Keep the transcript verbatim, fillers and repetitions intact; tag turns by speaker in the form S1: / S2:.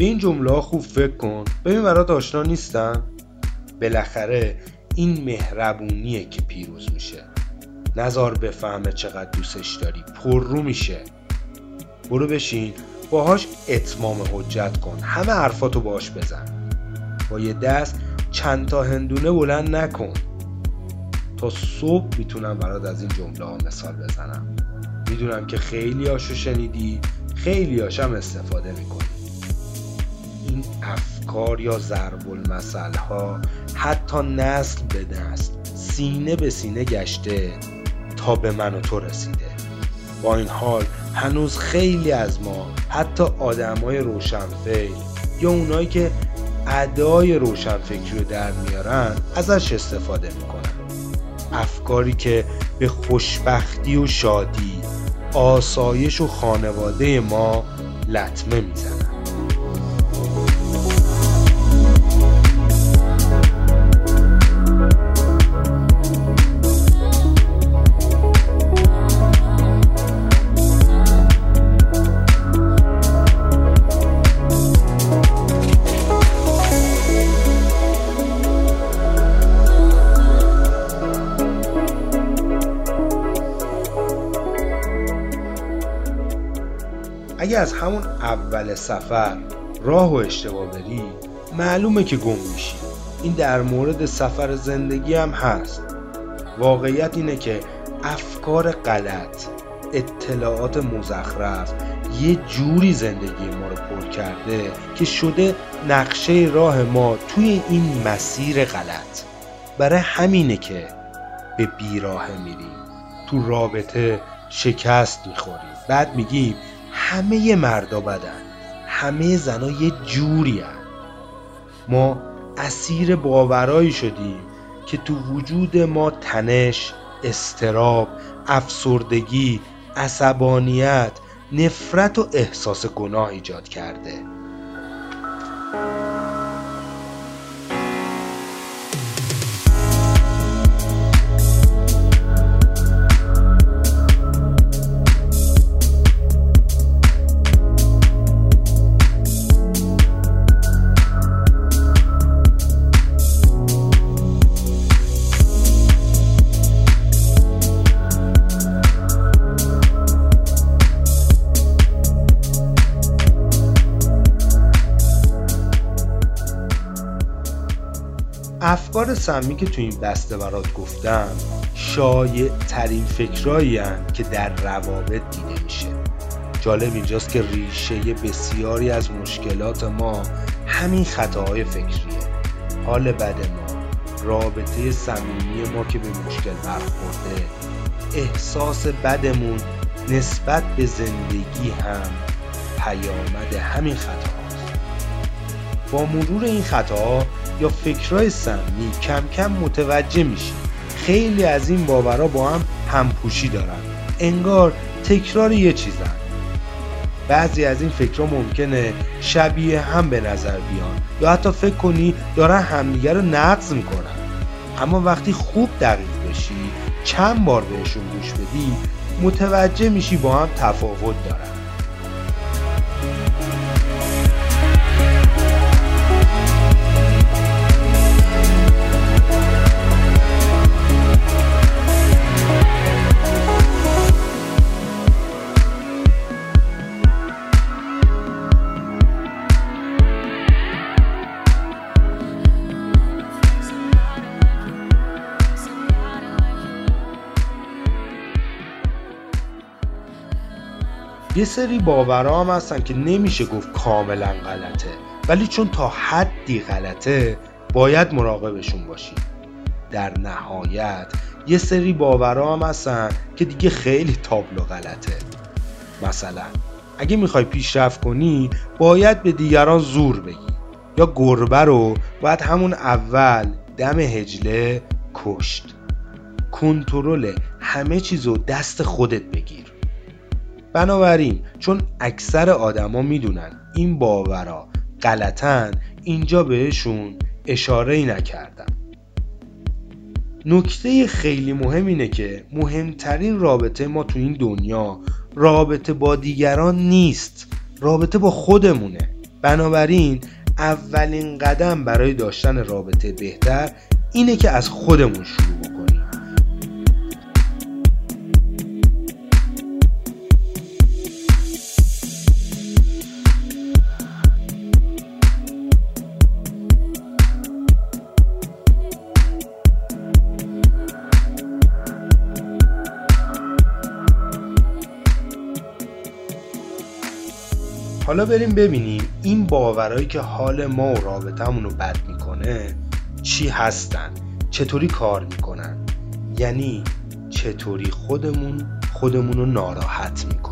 S1: به این جمله ها خوب فکر کن، ببین برات آشنا نیستن؟ بالاخره این مهربونیه که پیروز میشه. نذار بفهمه چقدر دوستش داری، پر رو میشه. برو بشین باهاش اتمام حجت کن، همه حرفاتو باهاش بزن. با یه دست چند تا هندونه بلند نکن. تا صبح میتونم برات از این جمله ها مثال بزنم. میدونم که خیلی هاشو شنیدی، خیلی هاشم استفاده میکنی. این افکار یا ضرب المثل ها حتی نسل به نسل، سینه به سینه گشته تا به من و تو رسیده. با این حال هنوز خیلی از ما، حتی آدمای روشنفکر یا اونایی که ادای روشنفکری رو در میارن، ازش استفاده میکنن. افکاری که به خوشبختی و شادی، آسایش و خانواده ما لطمه میزنن. اگه از همون اول سفر راه و اشتباه بری، معلومه که گم میشی. این در مورد سفر زندگی هم هست. واقعیت اینه که افکار غلط، اطلاعات مزخرف یه جوری زندگی ما رو پر کرده که شده نقشه راه ما توی این مسیر غلط. برای همینه که به بیراهه میریم، تو رابطه شکست میخوریم، بعد میگیم همه مردا بدن، همه زنا یه جوری هن. ما اسیر باورایی شدیم که تو وجود ما تنش، اضطراب، افسردگی، عصبانیت، نفرت و احساس گناه ایجاد کرده. افکار سمی که تو این بسته برات گفتم شایع ترین فکرایی هستند که در روابط دیده میشه. جالب اینجاست که ریشه بسیاری از مشکلات ما همین خطاهای فکریه. حال بد ما، رابطه صمیمی ما که به مشکل برخورده، احساس بدمون نسبت به زندگی هم پیامد همین خطاهاست. با مرور این خطاها یا فکرهای سمی کم کم متوجه میشی خیلی از این باورها با هم همپوشی دارن، انگار تکرار یه چیزن. بعضی از این فکرها ممکنه شبیه هم به نظر بیان یا حتی فکر کنی دارن همدیگه رو نقض میکنن، اما وقتی خوب دقیق بشی، چند بار بهشون گوش بدی، متوجه میشی با هم تفاوت دارن. یه سری باورها هم هستن که نمیشه گفت کاملا غلطه، ولی چون تا حدی غلطه باید مراقبشون باشی. در نهایت یه سری باورها هم هستن که دیگه خیلی تابلو غلطه. مثلا اگه میخوای پیشرفت کنی باید به دیگران زور بگی، یا گربه رو باید همون اول دم هجله کشت. کنترل همه چیزو دست خودت بگیر. بنابراین چون اکثر آدما میدونن این باورا غلطن، اینجا بهشون اشاره‌ای نکردم. نکته خیلی مهم اینه که مهمترین رابطه ما تو این دنیا رابطه با دیگران نیست، رابطه با خودمونه. بنابراین اولین قدم برای داشتن رابطه بهتر اینه که از خودمون شروع بکنیم. حالا بریم ببینیم این باورایی که حال ما و رابطمون رو بد میکنه چی هستن، چطوری کار میکنن، یعنی چطوری خودمون خودمون رو ناراحت میکنن.